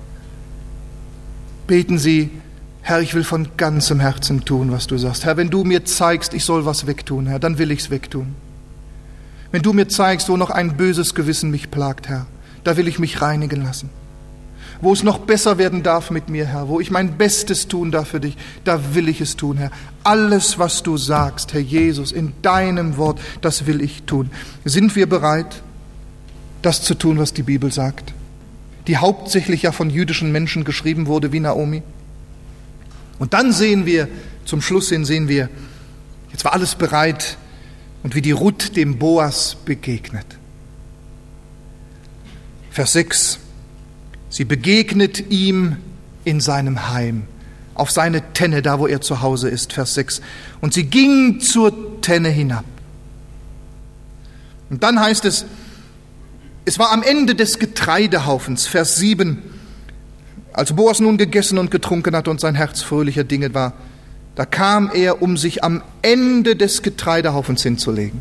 Beten Sie, Herr, ich will von ganzem Herzen tun, was du sagst. Herr, wenn du mir zeigst, ich soll was wegtun, Herr, dann will ich es wegtun. Wenn du mir zeigst, wo noch ein böses Gewissen mich plagt, Herr, da will ich mich reinigen lassen. Wo es noch besser werden darf mit mir, Herr, wo ich mein Bestes tun darf für dich, da will ich es tun, Herr. Alles, was du sagst, Herr Jesus, in deinem Wort, das will ich tun. Sind wir bereit, das zu tun, was die Bibel sagt? Die hauptsächlich ja von jüdischen Menschen geschrieben wurde, wie Naomi. Und dann sehen wir, zum Schluss hin sehen wir, jetzt war alles bereit und wie die Ruth dem Boas begegnet. Vers sechs. Sie begegnet ihm in seinem Heim, auf seine Tenne, da wo er zu Hause ist, Vers sechs. Und sie ging zur Tenne hinab. Und dann heißt es, es war am Ende des Getreidehaufens, Vers sieben, als Boas nun gegessen und getrunken hatte und sein Herz fröhlicher Dinge war, da kam er, um sich am Ende des Getreidehaufens hinzulegen.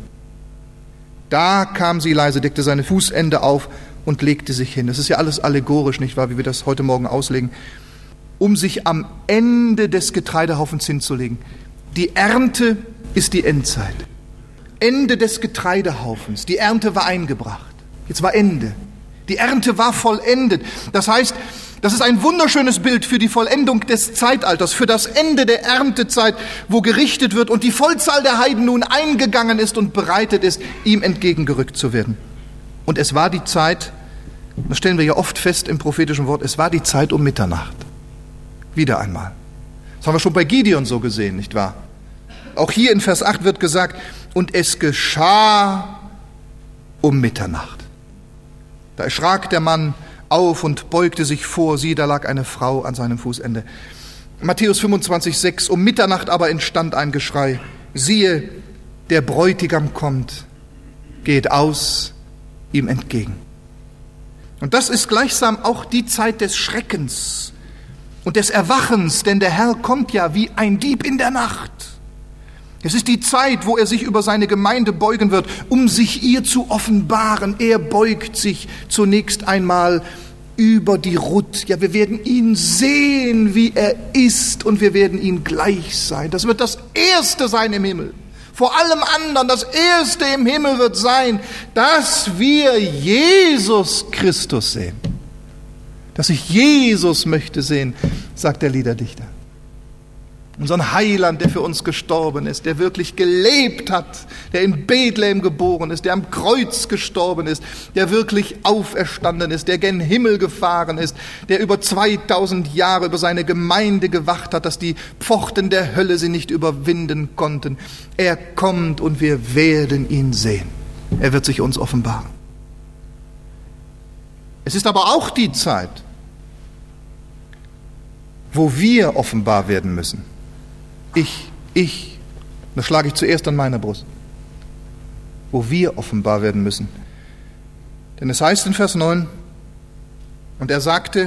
Da kam sie leise, deckte seine Fußende auf und legte sich hin. Das ist ja alles allegorisch, nicht wahr, wie wir das heute Morgen auslegen. Um sich am Ende des Getreidehaufens hinzulegen. Die Ernte ist die Endzeit. Ende des Getreidehaufens. Die Ernte war eingebracht. Jetzt war Ende. Die Ernte war vollendet. Das heißt, das ist ein wunderschönes Bild für die Vollendung des Zeitalters, für das Ende der Erntezeit, wo gerichtet wird und die Vollzahl der Heiden nun eingegangen ist und bereitet ist, ihm entgegengerückt zu werden. Und es war die Zeit, das stellen wir ja oft fest im prophetischen Wort, es war die Zeit um Mitternacht. Wieder einmal. Das haben wir schon bei Gideon so gesehen, nicht wahr? Auch hier in Vers acht wird gesagt, und es geschah um Mitternacht. Da erschrak der Mann auf und beugte sich vor, siehe, da lag eine Frau an seinem Fußende. Matthäus fünfundzwanzig, sechs, um Mitternacht aber entstand ein Geschrei, siehe, der Bräutigam kommt, geht aus ihm entgegen. Und das ist gleichsam auch die Zeit des Schreckens und des Erwachens, denn der Herr kommt ja wie ein Dieb in der Nacht. Es ist die Zeit, wo er sich über seine Gemeinde beugen wird, um sich ihr zu offenbaren. Er beugt sich zunächst einmal über die Ruth. Ja, wir werden ihn sehen, wie er ist, und wir werden ihn gleich sein. Das wird das Erste sein im Himmel. Vor allem anderen, das Erste im Himmel wird sein, dass wir Jesus Christus sehen. Dass ich Jesus möchte sehen, sagt der Liederdichter. Unseren Heiland, der für uns gestorben ist, der wirklich gelebt hat, der in Bethlehem geboren ist, der am Kreuz gestorben ist, der wirklich auferstanden ist, der gen Himmel gefahren ist, der über zweitausend Jahre über seine Gemeinde gewacht hat, dass die Pforten der Hölle sie nicht überwinden konnten. Er kommt und wir werden ihn sehen. Er wird sich uns offenbaren. Es ist aber auch die Zeit, wo wir offenbar werden müssen. Ich, ich, das schlage ich zuerst an meiner Brust. Wo wir offenbar werden müssen. Denn es heißt in Vers neun, und er sagte,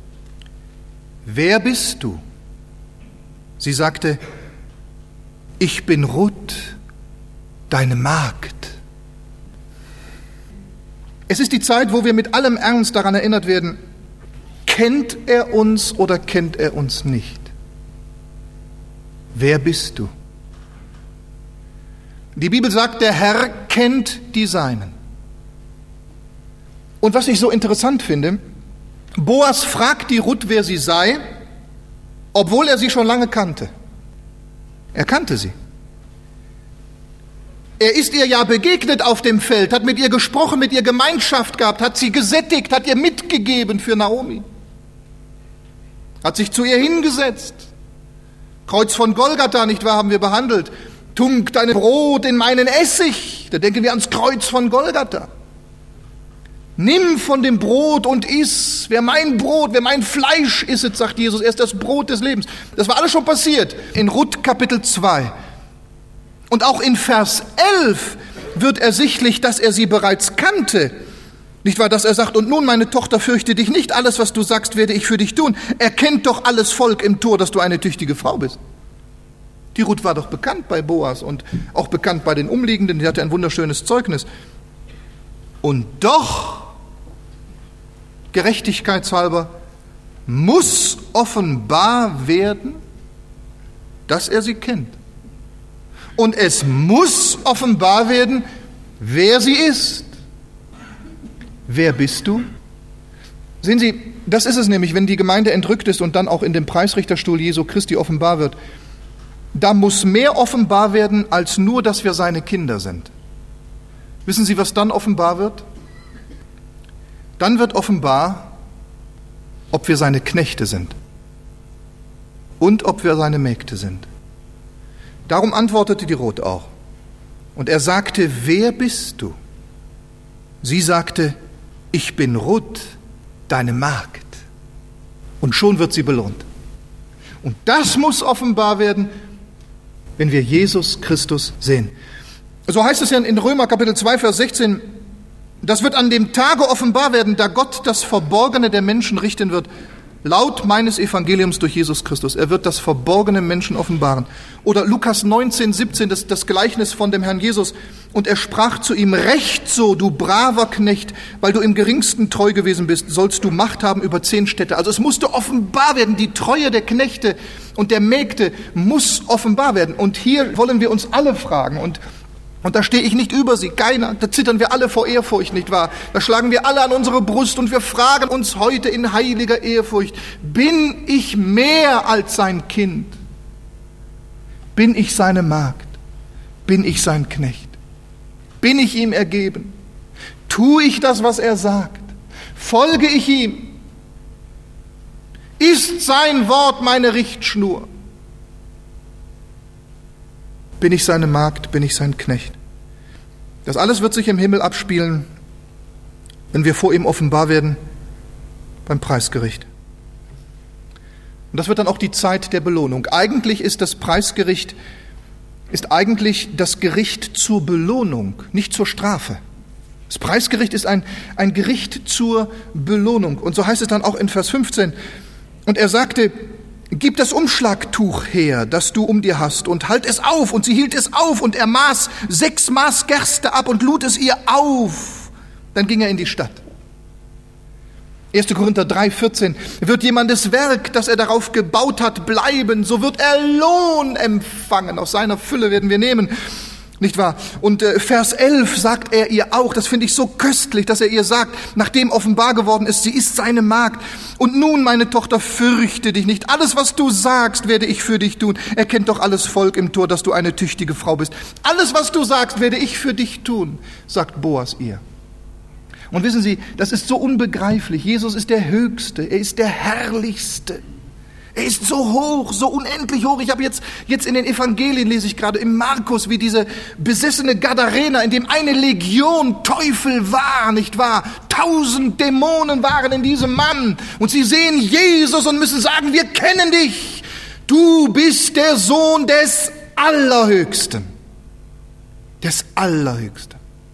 wer bist du? Sie sagte, ich bin Ruth, deine Magd. Es ist die Zeit, wo wir mit allem Ernst daran erinnert werden, kennt er uns oder kennt er uns nicht? Wer bist du? Die Bibel sagt, der Herr kennt die Seinen. Und was ich so interessant finde, Boas fragt die Ruth, wer sie sei, obwohl er sie schon lange kannte. Er kannte sie. Er ist ihr ja begegnet auf dem Feld, hat mit ihr gesprochen, mit ihr Gemeinschaft gehabt, hat sie gesättigt, hat ihr mitgegeben für Naomi. Hat sich zu ihr hingesetzt. Kreuz von Golgatha, nicht wahr, haben wir behandelt. Tunk dein Brot in meinen Essig. Da denken wir ans Kreuz von Golgatha. Nimm von dem Brot und iss. Wer mein Brot, wer mein Fleisch isset, sagt Jesus, er ist das Brot des Lebens. Das war alles schon passiert in Ruth Kapitel zwei. Und auch in Vers elf wird ersichtlich, dass er sie bereits kannte. Nicht wahr, dass er sagt, und nun, meine Tochter, fürchte dich nicht, alles, was du sagst, werde ich für dich tun. Er kennt doch alles Volk im Tor, dass du eine tüchtige Frau bist. Die Ruth war doch bekannt bei Boas und auch bekannt bei den Umliegenden, die hatte ein wunderschönes Zeugnis. Und doch, gerechtigkeitshalber, muss offenbar werden, dass er sie kennt. Und es muss offenbar werden, wer sie ist. Wer bist du? Sehen Sie, das ist es nämlich, wenn die Gemeinde entrückt ist und dann auch in dem Preisrichterstuhl Jesu Christi offenbar wird. Da muss mehr offenbar werden, als nur, dass wir seine Kinder sind. Wissen Sie, was dann offenbar wird? Dann wird offenbar, ob wir seine Knechte sind und ob wir seine Mägde sind. Darum antwortete die Ruth auch. Und er sagte, wer bist du? Sie sagte, ich bin Ruth, deine Magd. Und schon wird sie belohnt. Und das muss offenbar werden, wenn wir Jesus Christus sehen. So heißt es ja in Römer Kapitel zwei, Vers sechzehn, das wird an dem Tage offenbar werden, da Gott das Verborgene der Menschen richten wird, laut meines Evangeliums durch Jesus Christus. Er wird das Verborgene Menschen offenbaren. Oder Lukas neunzehn, siebzehn, das, das Gleichnis von dem Herrn Jesus. Und er sprach zu ihm, recht so, du braver Knecht, weil du im geringsten treu gewesen bist, sollst du Macht haben über zehn Städte. Also es musste offenbar werden, die Treue der Knechte und der Mägde muss offenbar werden. Und hier wollen wir uns alle fragen und Und da stehe ich nicht über sie, keiner. Da zittern wir alle vor Ehrfurcht, nicht wahr? Da schlagen wir alle an unsere Brust und wir fragen uns heute in heiliger Ehrfurcht, bin ich mehr als sein Kind? Bin ich seine Magd? Bin ich sein Knecht? Bin ich ihm ergeben? Tue ich das, was er sagt? Folge ich ihm? Ist sein Wort meine Richtschnur? Bin ich seine Magd, bin ich sein Knecht? Das alles wird sich im Himmel abspielen, wenn wir vor ihm offenbar werden beim Preisgericht. Und das wird dann auch die Zeit der Belohnung. Eigentlich ist das Preisgericht, ist eigentlich das Gericht zur Belohnung, nicht zur Strafe. Das Preisgericht ist ein, ein Gericht zur Belohnung. Und so heißt es dann auch in Vers fünfzehn. Und er sagte, gib das Umschlagtuch her, das du um dir hast, und halt es auf. Und sie hielt es auf, und er maß sechs Maß Gerste ab und lud es ihr auf. Dann ging er in die Stadt. erster Korinther drei, vierzehn. Wird jemandes Werk, das er darauf gebaut hat, bleiben, so wird er Lohn empfangen. Aus seiner Fülle werden wir nehmen. Nicht wahr? Und äh, Vers elf sagt er ihr auch, das finde ich so köstlich, dass er ihr sagt, nachdem offenbar geworden ist, sie ist seine Magd. Und nun, meine Tochter, fürchte dich nicht. Alles, was du sagst, werde ich für dich tun. Er kennt doch alles Volk im Tor, dass du eine tüchtige Frau bist. Alles, was du sagst, werde ich für dich tun, sagt Boas ihr. Und wissen Sie, das ist so unbegreiflich. Jesus ist der Höchste, er ist der Herrlichste. Er ist so hoch, so unendlich hoch. Ich habe jetzt, jetzt in den Evangelien, lese ich gerade im Markus, wie diese besessene Gadarener, in dem eine Legion Teufel war, nicht wahr? Tausend Dämonen waren in diesem Mann. Und sie sehen Jesus und müssen sagen, wir kennen dich. Du bist der Sohn des Allerhöchsten. Des Allerhöchsten.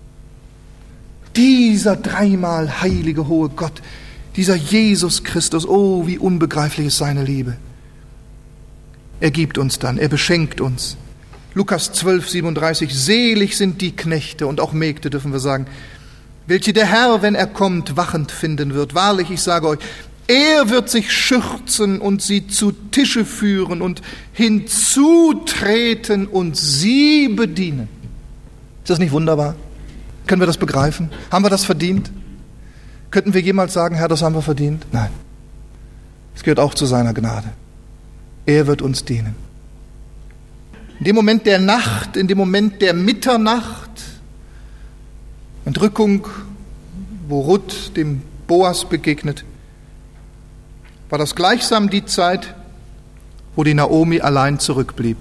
Dieser dreimal heilige, hohe Gott, dieser Jesus Christus, oh, wie unbegreiflich ist seine Liebe. Er gibt uns dann, er beschenkt uns. Lukas zwölf, siebenunddreißig, selig sind die Knechte und auch Mägde, dürfen wir sagen, welche der Herr, wenn er kommt, wachend finden wird. Wahrlich, ich sage euch, er wird sich schürzen und sie zu Tische führen und hinzutreten und sie bedienen. Ist das nicht wunderbar? Können wir das begreifen? Haben wir das verdient? Könnten wir jemals sagen, Herr, das haben wir verdient? Nein. Es gehört auch zu seiner Gnade. Er wird uns dienen. In dem Moment der Nacht, in dem Moment der Mitternacht, Entrückung, wo Ruth dem Boas begegnet, war das gleichsam die Zeit, wo die Naomi allein zurückblieb.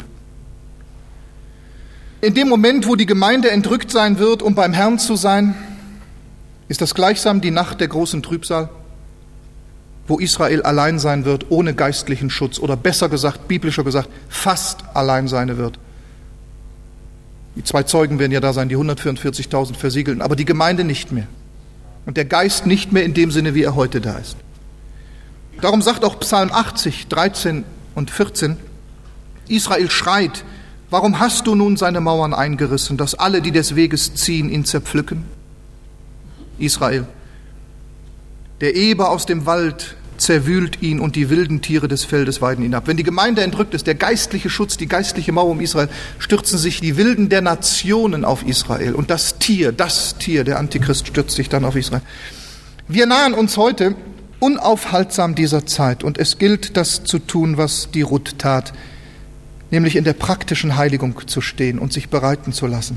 In dem Moment, wo die Gemeinde entrückt sein wird, um beim Herrn zu sein, ist das gleichsam die Nacht der großen Trübsal, wo Israel allein sein wird, ohne geistlichen Schutz, oder besser gesagt, biblischer gesagt, fast allein sein wird. Die zwei Zeugen werden ja da sein, die hundertvierundvierzigtausend Versiegelten, aber die Gemeinde nicht mehr. Und der Geist nicht mehr in dem Sinne, wie er heute da ist. Darum sagt auch Psalm achtzig, dreizehn und vierzehn, Israel schreit, warum hast du nun seine Mauern eingerissen, dass alle, die des Weges ziehen, ihn zerpflücken? Israel, der Eber aus dem Wald zerwühlt ihn und die wilden Tiere des Feldes weiden ihn ab. Wenn die Gemeinde entrückt ist, der geistliche Schutz, die geistliche Mauer um Israel, stürzen sich die Wilden der Nationen auf Israel. Und das Tier, das Tier, der Antichrist, stürzt sich dann auf Israel. Wir nahen uns heute unaufhaltsam dieser Zeit und es gilt, das zu tun, was die Ruth tat, nämlich in der praktischen Heiligung zu stehen und sich bereiten zu lassen,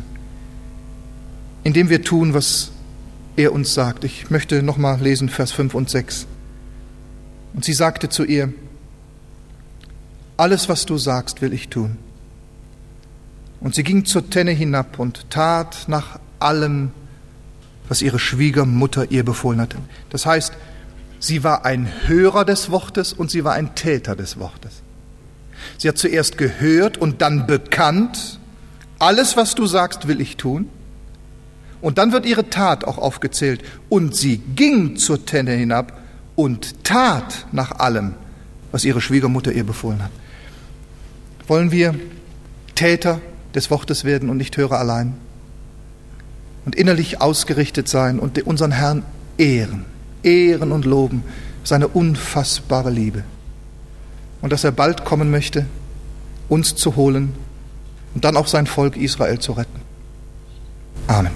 indem wir tun, was er uns sagt. Ich möchte nochmal lesen, Vers fünf und sechs. Und sie sagte zu ihr, alles, was du sagst, will ich tun. Und sie ging zur Tenne hinab und tat nach allem, was ihre Schwiegermutter ihr befohlen hatte. Das heißt, sie war ein Hörer des Wortes und sie war ein Täter des Wortes. Sie hat zuerst gehört und dann bekannt, alles, was du sagst, will ich tun. Und dann wird ihre Tat auch aufgezählt. Und sie ging zur Tenne hinab und tat nach allem, was ihre Schwiegermutter ihr befohlen hat. Wollen wir Täter des Wortes werden und nicht Hörer allein? Und innerlich ausgerichtet sein und unseren Herrn ehren, ehren und loben, seine unfassbare Liebe. Und dass er bald kommen möchte, uns zu holen und dann auch sein Volk Israel zu retten. Amen.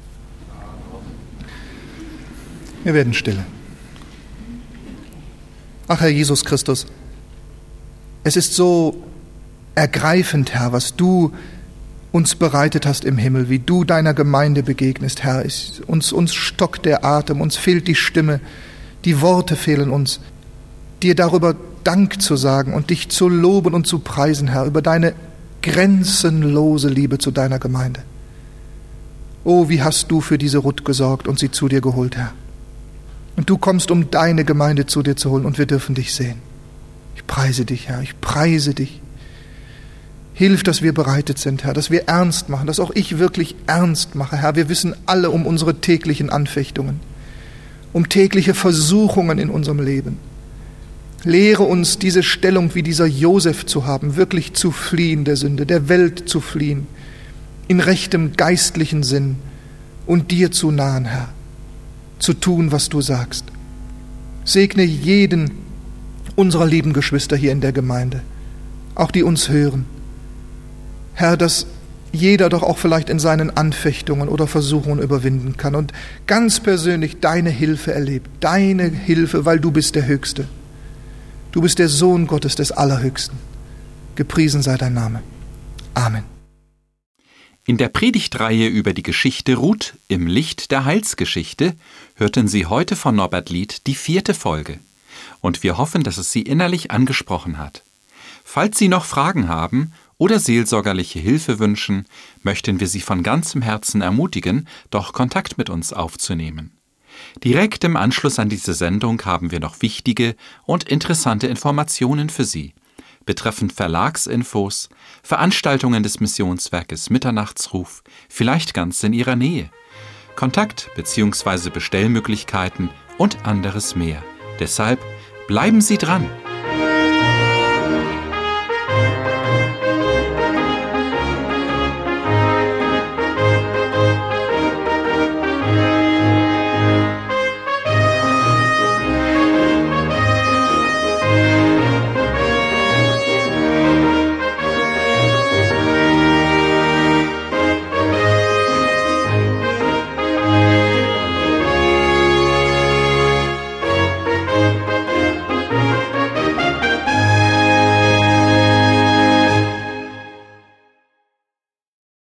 Wir werden stille. Ach, Herr Jesus Christus, es ist so ergreifend, Herr, was du uns bereitet hast im Himmel, wie du deiner Gemeinde begegnest, Herr. Es, uns, uns stockt der Atem, uns fehlt die Stimme, die Worte fehlen uns, dir darüber Dank zu sagen und dich zu loben und zu preisen, Herr, über deine grenzenlose Liebe zu deiner Gemeinde. Oh, wie hast du für diese Ruth gesorgt und sie zu dir geholt, Herr. Und du kommst, um deine Gemeinde zu dir zu holen und wir dürfen dich sehen. Ich preise dich, Herr, ich preise dich. Hilf, dass wir bereitet sind, Herr, dass wir ernst machen, dass auch ich wirklich ernst mache, Herr. Wir wissen alle um unsere täglichen Anfechtungen, um tägliche Versuchungen in unserem Leben. Lehre uns, diese Stellung wie dieser Josef zu haben, wirklich zu fliehen der Sünde, der Welt zu fliehen, in rechtem geistlichen Sinn und dir zu nahen, Herr, zu tun, was du sagst. Segne jeden unserer lieben Geschwister hier in der Gemeinde, auch die uns hören. Herr, dass jeder doch auch vielleicht in seinen Anfechtungen oder Versuchungen überwinden kann und ganz persönlich deine Hilfe erlebt, deine Hilfe, weil du bist der Höchste. Du bist der Sohn Gottes des Allerhöchsten. Gepriesen sei dein Name. Amen. In der Predigtreihe über die Geschichte Ruth im Licht der Heilsgeschichte hörten Sie heute von Norbert Lied die vierte Folge. und wir hoffen, dass es Sie innerlich angesprochen hat. Falls Sie noch Fragen haben oder seelsorgerliche Hilfe wünschen, möchten wir Sie von ganzem Herzen ermutigen, doch Kontakt mit uns aufzunehmen. Direkt im Anschluss an diese Sendung haben wir noch wichtige und interessante Informationen für Sie, betreffend Verlagsinfos, Veranstaltungen des Missionswerkes Mitternachtsruf, vielleicht ganz in Ihrer Nähe, Kontakt- bzw. Bestellmöglichkeiten und anderes mehr. Deshalb bleiben Sie dran!